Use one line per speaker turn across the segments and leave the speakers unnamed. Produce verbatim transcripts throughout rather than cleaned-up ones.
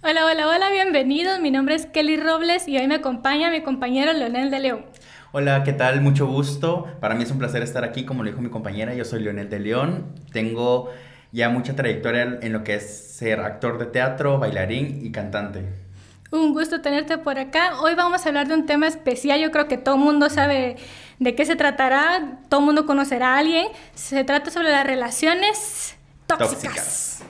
Hola, hola, hola, bienvenidos. Mi nombre es Kelly Robles y hoy me acompaña mi compañero Leonel de León.
Hola, ¿qué tal? Mucho gusto. Para mí es un placer estar aquí, como lo dijo mi compañera. Yo soy Leonel de León. Tengo ya mucha trayectoria en lo que es ser actor de teatro, bailarín y cantante.
Un gusto tenerte por acá. Hoy vamos a hablar de un tema especial. Yo creo que todo el mundo sabe de qué se tratará. Todo el mundo conocerá a alguien. Se trata sobre las relaciones tóxicas.
Tóxicas.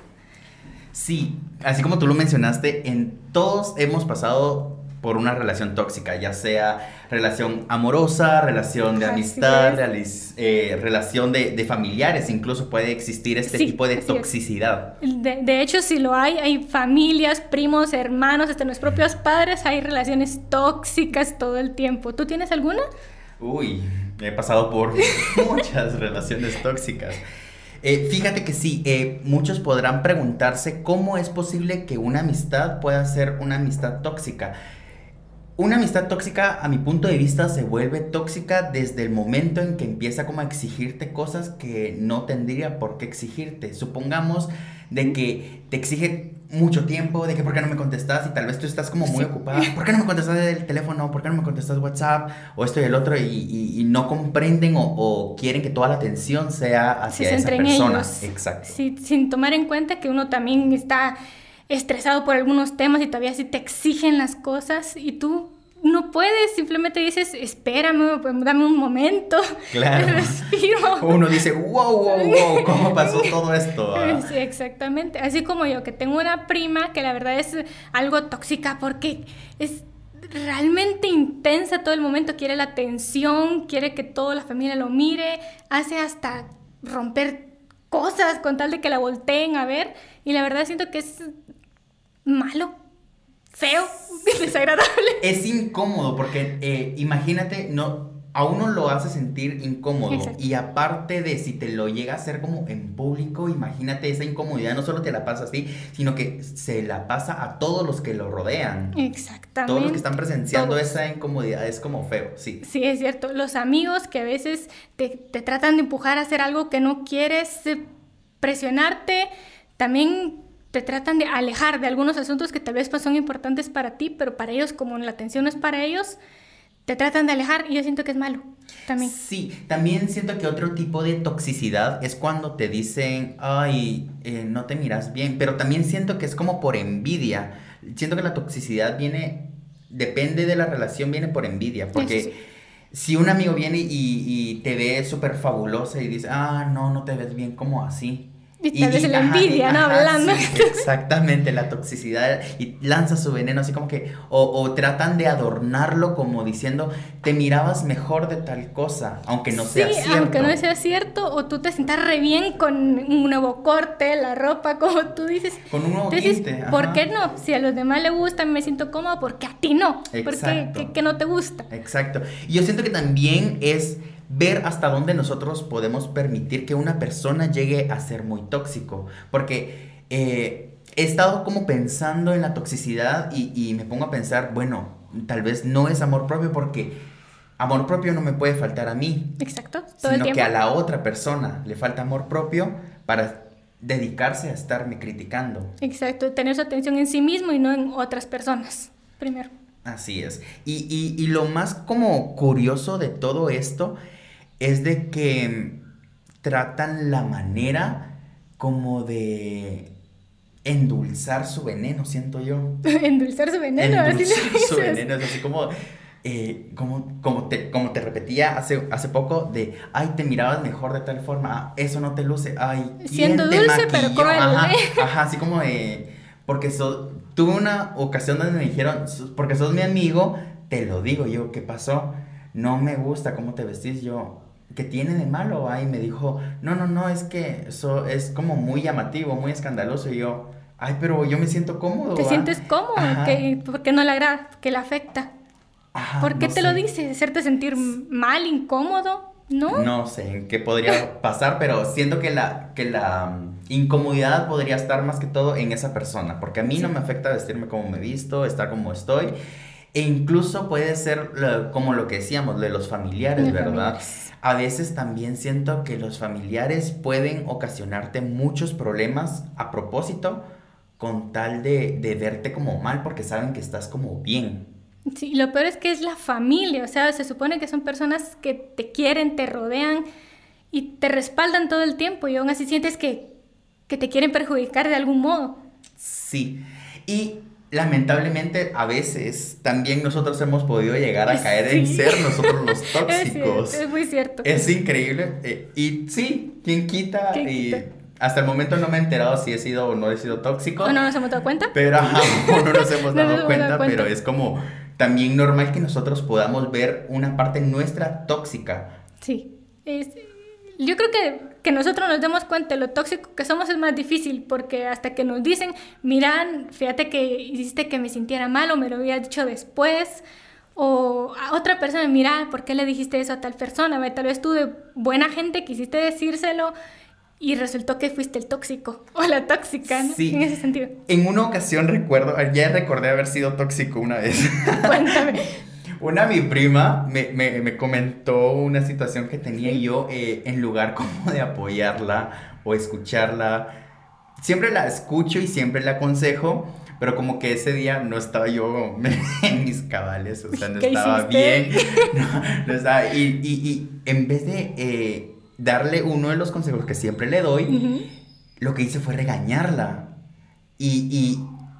Sí, así como tú lo mencionaste, en todos hemos pasado por una relación tóxica, ya sea relación amorosa, relación de
Así
amistad,
es.
realiz- eh, relación de, de familiares, incluso puede existir este
Sí,
tipo de
así es.
toxicidad.
De, de hecho, si lo hay, hay familias, primos, hermanos, hasta los propios padres, hay relaciones tóxicas todo el tiempo. ¿Tú tienes alguna?
Uy, he pasado por muchas relaciones tóxicas. Eh, fíjate que sí, eh, muchos podrán preguntarse cómo es posible que una amistad pueda ser una amistad tóxica. Una amistad tóxica, a mi punto de vista, se vuelve tóxica desde el momento en que empieza como a exigirte cosas que no tendría por qué exigirte. Supongamos de que te exige mucho tiempo, de que por qué no me contestas y tal vez tú estás como muy
Sí.
ocupada. ¿Por qué no me contestas el teléfono? ¿Por qué no me contestas WhatsApp? O esto y el otro y, y- y no comprenden o, o quieren que toda la atención sea
Se
hacia esa
centra en
persona.
ellos,
Exacto.
sí, sin tomar en cuenta que uno también está estresado por algunos temas y todavía sí te exigen las cosas y tú no puedes, simplemente dices, espérame, pues, dame un momento,
Claro.
respiro.
Uno dice, wow, wow, wow, ¿cómo pasó todo esto? ah?"
Sí, exactamente. Así como yo, que tengo una prima que la verdad es algo tóxica porque es realmente intensa todo el momento, quiere la atención, quiere que toda la familia lo mire, hace hasta romper cosas con tal de que la volteen a ver y la verdad siento que es malo, feo, desagradable.
Es incómodo porque eh, imagínate, no, a uno lo hace sentir incómodo
Exacto.
y aparte de si te lo llega a hacer como en público, imagínate esa incomodidad, no solo te la pasa a ti, sino que se la pasa a todos los que lo rodean. Todos los que están
Exactamente.
presenciando
Todos.
esa incomodidad es como feo, sí.
Sí, es cierto. Los amigos que a veces te, te tratan de empujar a hacer algo que no quieres, eh, presionarte, también te tratan de alejar de algunos asuntos que tal vez pues, son importantes para ti, pero para ellos, como la atención no es para ellos, te tratan de alejar y yo siento que es malo también.
Sí, también siento que otro tipo de toxicidad es cuando te dicen, ay, eh, no te miras bien, pero también siento que es como por envidia. Siento que la toxicidad viene, depende de la relación, viene por envidia,
Eso sí.
porque si un amigo viene y, y te ve súper fabulosa y dice, ah, no, no te ves bien como así.
Y
Y,
tal vez
y,
la
ajá, y,
envidia, ¿no?
ajá,
Hablando.
sí, exactamente, la toxicidad y lanza su veneno así como que, o, o tratan de adornarlo como diciendo, te mirabas mejor de tal cosa, aunque no
Sí,
sea
aunque no
cierto,
sea cierto, o tú te sientas re bien con un nuevo corte, la ropa, como tú dices.
con un nuevo
Entonces,
tinte,
¿por qué
ajá,
no? Si a los demás les gusta, me siento cómoda, ¿por qué a ti no? ¿Por qué, qué-
exacto,
qué no te gusta?
exacto. Y yo siento que también es ver hasta dónde nosotros podemos permitir que una persona llegue a ser muy tóxico, porque eh, he estado como pensando en la toxicidad y, y me pongo a pensar, bueno, tal vez no es amor propio porque amor propio no me puede faltar a mí,
Exacto, todo el
sino que
tiempo.
a la otra persona le falta amor propio para dedicarse a estarme criticando.
Exacto, tener su atención en sí mismo y no en otras personas. Primero.
Así es. Y, y, y lo más como curioso de todo esto es de que tratan la manera como de endulzar su veneno, siento yo.
Endulzar su veneno, así le
Endulzar su
dices.
veneno, es así como, eh, como, como, te, como te repetía hace, hace poco, de, ay, te mirabas mejor de tal forma, ah, eso no te luce, ay,
Siendo
¿quién te
dulce pero
maquilló?
cruel,
Ajá,
¿eh?
ajá, así como de, porque so- tuve una ocasión donde me dijeron, "Sos- porque sos mi amigo, te lo digo, yo, ¿qué pasó? No me gusta cómo te vestís, yo, ¿qué tiene de malo? Ay, me dijo, no, no, no, es que eso es como muy llamativo, muy escandaloso, y yo, ay, pero yo me siento
Te
cómodo, ¿va?
sientes cómodo,
Ajá,
que, ¿por qué no le agrada? Que le afecta.
ajá,
¿Por qué
no
te lo
sé.
dice? ¿Hacerte sentir mal, incómodo? ¿No?
No sé en qué podría pasar, pero siento que la, que la mm, incomodidad podría estar más que todo en esa persona, porque a mí no
Sí.
me afecta vestirme como me visto, estar como estoy, e incluso puede ser lo- como lo que decíamos, de los familiares,
Los
¿verdad?
familiares.
A veces también siento que los familiares pueden ocasionarte muchos problemas a propósito con tal de, de verte como mal porque saben que estás como bien.
Sí, lo peor es que es la familia, o sea, se supone que son personas que te quieren, te rodean y te respaldan todo el tiempo y aún así sientes que, que te quieren perjudicar de algún modo.
Sí, y lamentablemente a veces también nosotros hemos podido llegar a caer
Sí.
en ser nosotros los
Es,
tóxicos.
cierto, es muy cierto.
Es increíble. eh, y sí, ¿quién quita?
¿Quién
y
quita?
hasta el momento no me he enterado si he sido o no he sido tóxico.
¿O no nos hemos dado cuenta?
Pero ajá, o no nos hemos
No
dado
nos hemos
cuenta,
dado cuenta.
pero es como también normal que nosotros podamos ver una parte nuestra tóxica.
Sí. Es, yo creo que, que nosotros nos demos cuenta de lo tóxico que somos es más difícil, porque hasta que nos dicen, mira, fíjate que hiciste que me sintiera mal o me lo habías dicho después, o a otra persona, mira, ¿por qué le dijiste eso a tal persona? Tal vez tú de buena gente quisiste decírselo y resultó que fuiste el tóxico o la tóxica, ¿no?
Sí.
En ese sentido.
En una ocasión recuerdo, ya recordé haber sido tóxico una vez.
Cuéntame.
Una mi prima me, me, me comentó una situación que tenía y yo, eh, en lugar como de apoyarla o escucharla, siempre la escucho y siempre la aconsejo, pero como que ese día no estaba yo en mis cabales, o sea, no
¿Qué
estaba
hiciste?
bien, no, no estaba, y, y, y en vez de eh, darle uno de los consejos que siempre le doy,
Ujú.
lo que hice fue regañarla. Y, y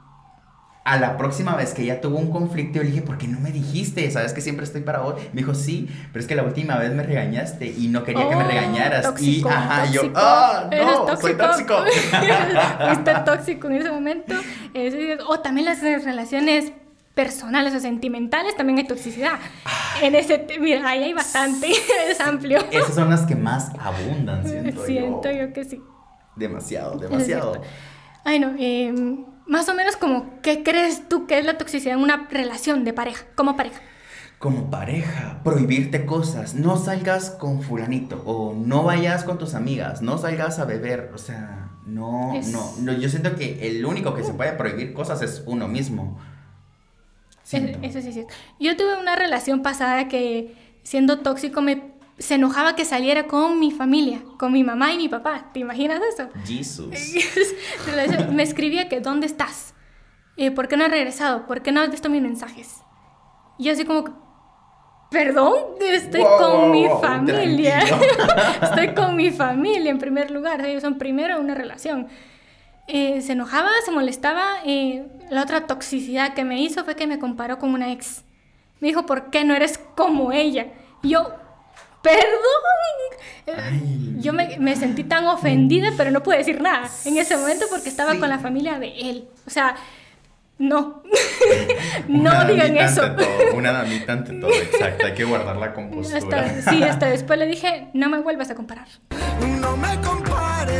a la próxima vez que ella tuvo un conflicto, yo le dije, ¿por qué no me dijiste? ¿Sabes que siempre estoy para vos? Me dijo, sí, pero es que la última vez me regañaste y no quería que me
Oh,
regañaras.
tóxico,
y ajá, yo,
tóxico.
¡ah,
Eres
no! ¡Soy tóxico!
Fuiste tóxico en ese momento. Eh, o también las relaciones personales o sentimentales, también hay toxicidad. En ese, te- mira, ahí hay bastante, es amplio.
Esas son las que más abundan, siento,
Siento
yo.
yo que sí.
Demasiado,
Eso es
demasiado.
cierto. Ay, no, eh, más o menos como, ¿qué crees tú que es la toxicidad en una relación de pareja, como pareja?
Como pareja, prohibirte cosas, no salgas con fulanito o no vayas con tus amigas, no salgas a beber, o sea, no,
Es-
no, no, yo siento que el único que se puede prohibir cosas es uno mismo. Siento.
Es- Eso sí es cierto. Yo tuve una relación pasada que, siendo tóxico, me se enojaba que saliera con mi familia, con mi mamá y mi papá. ¿Te imaginas eso?
Jesus.
Relación- me escribía que, ¿dónde estás? Eh, ¿Por qué no has regresado? ¿Por qué no has visto mis mensajes? Y yo así como, que, perdón, estoy
Wow,
con
wow,
mi
wow,
familia.
tranquilo.
Estoy con mi familia en primer lugar. Ellos son primero en una relación. Eh, se enojaba, se molestaba. Eh, la otra toxicidad que me hizo fue que me comparó con una ex. Me dijo, ¿por qué no eres como ella? Y yo, perdón.
Ay.
Yo me, me sentí tan ofendida, pero no pude decir nada en ese momento porque estaba
Sí.
con la familia de él. O sea, no. no
Una
digan
damita
eso.
ante todo, una damita ante todo, exacto. Hay que guardar la compostura.
Hasta, sí, hasta después le dije, no me vuelvas a comparar.
No me compares.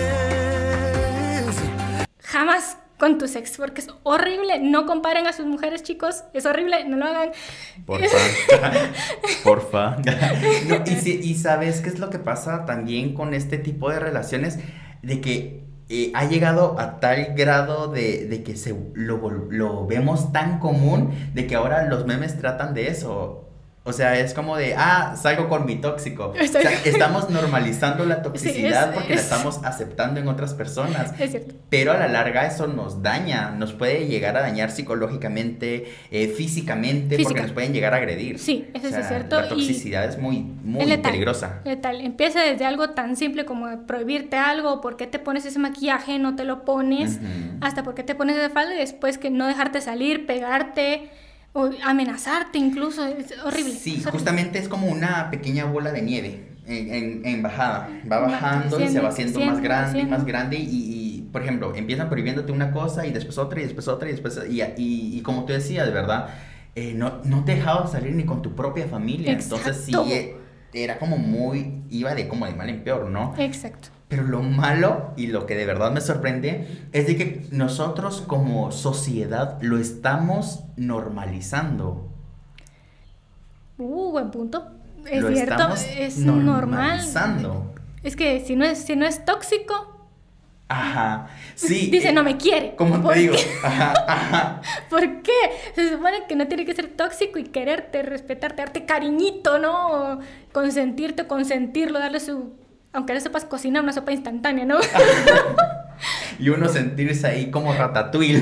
Jamás con tus ex, porque es horrible. No comparen a sus mujeres, chicos. Es horrible, no lo hagan.
Porfa. Porfa. No, y, si- y sabes qué es lo que pasa también con este tipo de relaciones, de que eh, ha llegado a tal grado de, de que se lo, vol- lo vemos tan común, de que ahora los memes tratan de eso. O sea, es como de, ah, salgo con mi tóxico. O sea, estamos normalizando la toxicidad
es-
porque la
es-
estamos aceptando en otras personas.
Es cierto.
Pero a la larga eso nos daña, nos puede llegar a dañar psicológicamente, eh, físicamente,
Física.
porque nos pueden llegar a agredir.
Sí, eso
O
sí
sea,
es cierto,
La
y
toxicidad es muy, muy
Es letal,
peligrosa.
letal. Empieza desde algo tan simple como prohibirte algo, por qué te pones ese maquillaje, no te lo pones,
Ujú.
hasta por qué te pones esa falda y después que no dejarte salir, pegarte o amenazarte incluso. Es horrible.
Sí,
es horrible.
justamente es como una pequeña bola de nieve en, en, en bajada. Va
Va
bajando y se va haciendo
creciendo,
más grande y
creciendo.
más grande. Y, y, por ejemplo, empiezan prohibiéndote una cosa y después otra y después otra y después... Y, y, y como tú decías, de verdad, eh, no, no te dejabas salir ni con tu propia familia. Entonces sí,
Exacto.
eh, era como muy... Iba de como de mal en peor, ¿no?
Exacto.
Pero lo malo y lo que de verdad me sorprende es de que nosotros como sociedad lo estamos normalizando.
Uh, buen punto. Es
Lo
cierto,
estamos
es normal.
normalizando.
Es que si no es, si no es tóxico,
Ajá, sí.
dice
eh,
no me quiere.
Como
¿Por
te digo,
qué?
ajá, ajá.
¿Por qué? Se supone que no tiene que ser tóxico y quererte, respetarte, darte cariñito, ¿no? O consentirte, consentirlo, darle su... Aunque no sepas cocinar una sopa instantánea, ¿no?
y uno sentirse ahí como ratatouille.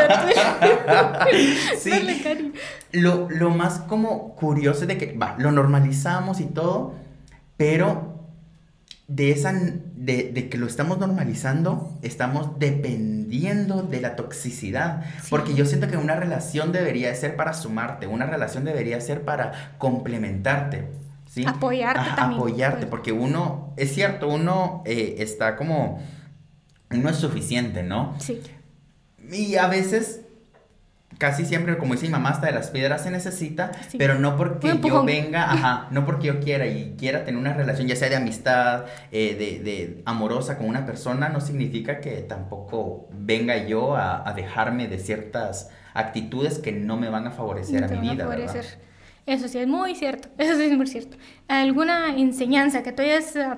Sí.
Dale, cariño.
Lo, lo más como curioso es de que, va, lo normalizamos y todo, pero de esa, de, de que lo estamos normalizando, estamos dependiendo de la toxicidad.
Sí.
Porque yo siento que una relación debería ser para sumarte, una relación debería ser para complementarte, ¿sí?
Apoyarte
Ajá,
también.
apoyarte,
Pues.
porque uno, es cierto, uno eh, está como, uno es suficiente, ¿no?
Sí.
Y a veces, casi siempre, como dice mi mamá, hasta de las piedras se necesita,
Sí.
pero no porque
Un
yo
empujón.
venga, ajá, no porque yo quiera y quiera tener una relación, ya sea de amistad, eh, de, de amorosa con una persona, no significa que tampoco venga yo a, a dejarme de ciertas actitudes que no me van a favorecer
No
a
te
mi
van a
vida, ¿verdad?
favorecer. Eso sí es muy cierto, eso sí es muy cierto. ¿Alguna enseñanza que tú hayas ah,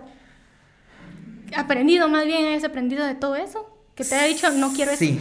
aprendido, más bien hayas aprendido de todo eso? Que te haya dicho, no quiero eso.
Sí,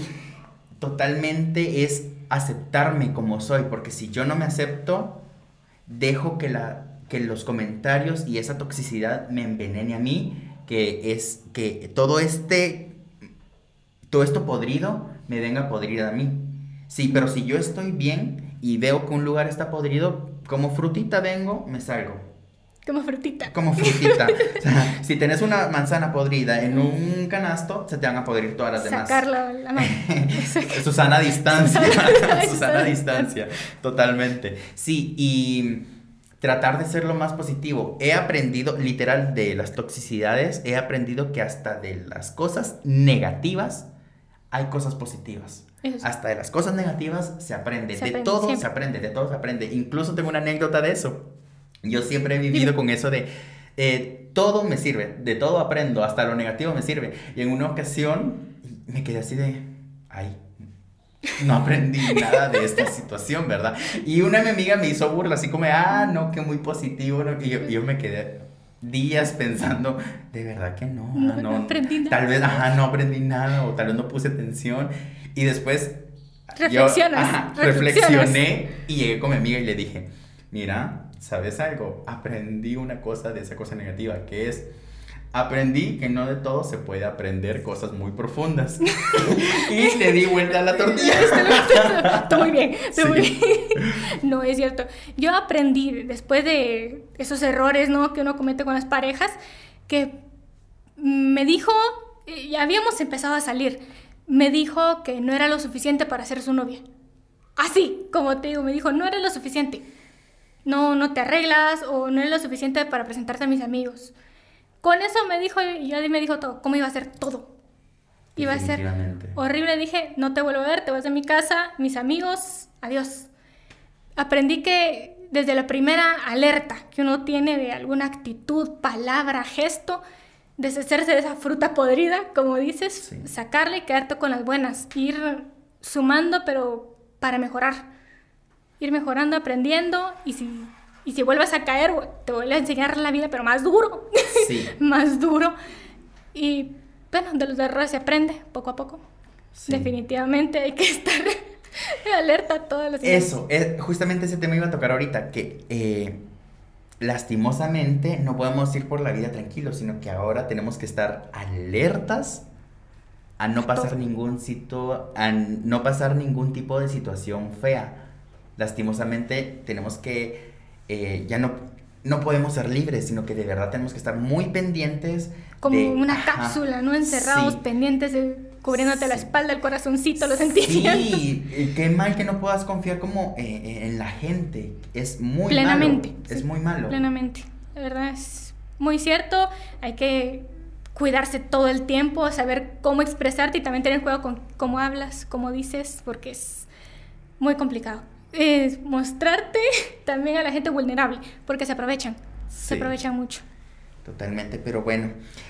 totalmente es aceptarme como soy, porque si yo no me acepto, dejo que, la, que los comentarios y esa toxicidad me envenene a mí, que es que todo este, todo esto podrido me venga a podrir a mí. Sí, pero si yo estoy bien y veo que un lugar está podrido, como frutita vengo, me salgo.
Como frutita.
Como frutita. O sea, si tenés una manzana podrida en un canasto, se te van a podrir todas las demás.
Sacarla la mano.
Susana a distancia.
Susana a
Susana a distancia. Totalmente. Sí, y tratar de ser lo más positivo. He aprendido, literal, de las toxicidades, he aprendido que hasta de las cosas negativas hay cosas positivas.
Eso.
Hasta de las cosas negativas se aprende.
Se
de
aprende,
todo
siempre.
se aprende, de todo se aprende. Incluso tengo una anécdota de eso. Yo siempre he vivido
Dime.
con eso de eh, todo me sirve, de todo aprendo, hasta lo negativo me sirve. Y en una ocasión me quedé así de, ay, no aprendí nada de esta situación, ¿verdad? Y una de mi amiga me hizo burla, así como, ah, no, que muy positivo, ¿no? Y yo, y yo me quedé días pensando, de verdad que no,
No,
ah,
no aprendí nada.
Tal vez, ajá, no aprendí nada, o tal vez no puse atención. Y después
Reflexionas,
yo, ajá,
reflexionas.
reflexioné y llegué con mi amiga y le dije, mira, ¿sabes algo? Aprendí una cosa de esa cosa negativa, que es, aprendí que no de todo se puede aprender cosas muy profundas. Y le di vuelta a la tortilla.
Tú muy bien, tú
Sí.
muy bien. No, es cierto. Yo aprendí, después de esos errores, ¿no?, que uno comete con las parejas, que me dijo, eh, ya habíamos empezado a salir, me dijo que no era lo suficiente para ser su novia. Así, como te digo, me dijo, no eres lo suficiente. No, no te arreglas o no eres lo suficiente para presentarte a mis amigos. Con eso me dijo, y ya me dijo todo, cómo iba a ser todo. Iba a ser
Definitivamente.
horrible. Dije, no te vuelvo a ver, te vas de mi casa, mis amigos, adiós. Aprendí que desde la primera alerta que uno tiene de alguna actitud, palabra, gesto, deshacerse de esa fruta podrida, como dices,
Sí.
sacarla y quedarte con las buenas, ir sumando, pero para mejorar. Ir mejorando, aprendiendo, y si, y si vuelves a caer, te voy a enseñar la vida, pero más duro.
Sí.
Más duro. Y bueno, de los errores se aprende poco a poco.
Sí.
Definitivamente hay que estar alerta a todas las
Eso, es, justamente ese tema iba a tocar ahorita, que eh, lastimosamente no podemos ir por la vida tranquilos, sino que ahora tenemos que estar alertas a no pasar
todo.
ningún sitio, a no pasar ningún tipo de situación fea. Lastimosamente tenemos que, eh, ya no, no podemos ser libres, sino que de verdad tenemos que estar muy pendientes.
Como
de-
una
ajá,
cápsula, ¿no? Encerrados,
sí.
pendientes, eh, cubriéndote la
Sí.
espalda, el corazoncito, los sentimientos.
Sí, y qué mal que no puedas confiar como eh, en la gente. Es muy
Plenamente.
malo.
sí,
Es muy malo.
Plenamente. La verdad es muy cierto. Hay que cuidarse todo el tiempo, saber cómo expresarte y también tener cuidado con cómo hablas, cómo dices, porque es muy complicado. Es mostrarte también a la gente vulnerable, porque se aprovechan.
Sí.
Se aprovechan mucho.
Totalmente, pero bueno.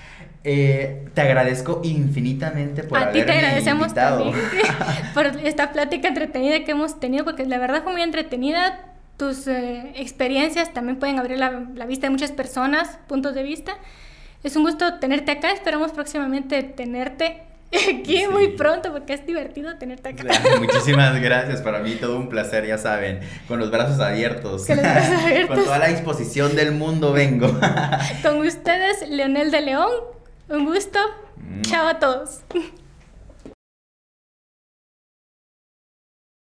Eh, te agradezco infinitamente por
A ti te
haberme
agradecemos
invitado.
también por esta plática entretenida que hemos tenido, porque la verdad fue muy entretenida. Tus eh, experiencias también pueden abrir la, la vista de muchas personas, puntos de vista. Es un gusto tenerte acá. Esperamos próximamente tenerte aquí
Sí.
muy pronto, porque es divertido tenerte acá.
Muchísimas gracias, para mí todo un placer, ya saben, con los brazos abiertos,
Con los brazos abiertos.
con toda la disposición del mundo vengo.
Con ustedes, Leonel de León. Un gusto.
Mm.
Chao a todos.